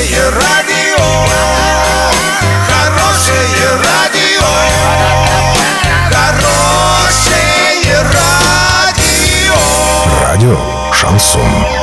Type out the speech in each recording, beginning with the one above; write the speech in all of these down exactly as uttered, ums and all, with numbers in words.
Хорошее радио, хорошее радио, хорошее радио. Радио Шансон.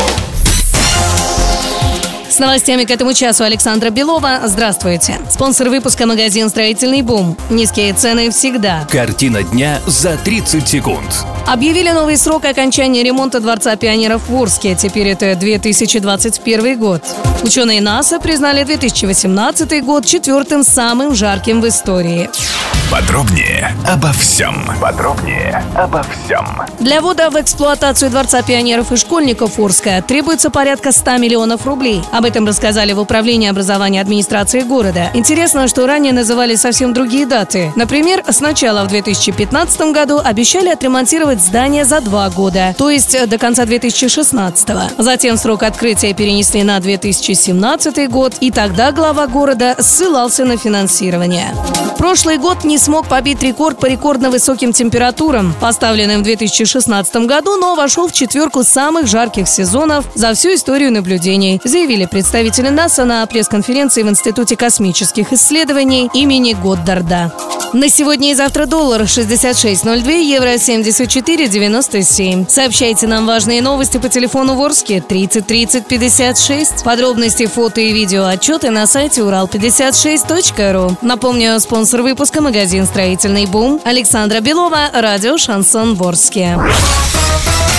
С новостями к этому часу Александра Белова. Здравствуйте. Спонсор выпуска — магазин «Строительный бум». Низкие цены всегда. Картина дня за тридцать секунд. Объявили новый срок окончания ремонта Дворца пионеров в Орске. Теперь это две тысячи двадцать первый год. Ученые НАСА признали две тысячи восемнадцатый год четвертым самым жарким в истории. Подробнее обо всем. Подробнее обо всем. Для ввода в эксплуатацию Дворца пионеров и школьников Орска требуется порядка ста миллионов рублей. Об этом рассказали в Управлении образования администрации города. Интересно, что ранее называли совсем другие даты. Например, сначала в две тысячи пятнадцатом году обещали отремонтировать здание за два года, то есть до конца две тысячи шестнадцатого. Затем срок открытия перенесли на две тысячи семнадцатый год, и тогда глава города ссылался на финансирование. Прошлый год не смог побить рекорд по рекордно высоким температурам, поставленным в две тысячи шестнадцатом году, но вошел в четверку самых жарких сезонов за всю историю наблюдений, заявили представители НАСА на пресс-конференции в Институте космических исследований имени Годдарда. На сегодня и завтра доллар шестьдесят шесть ноль два, евро семьдесят четыре девяносто семь. Сообщайте нам важные новости по телефону в Орске тридцать тридцать пятьдесят шесть. Подробности, фото и видео отчеты на сайте урал пятьдесят шесть точка ру. Напомню, спонсор выпуска — магазин «Строительный бум». Александра Белова, радио «Шансон» в Орске.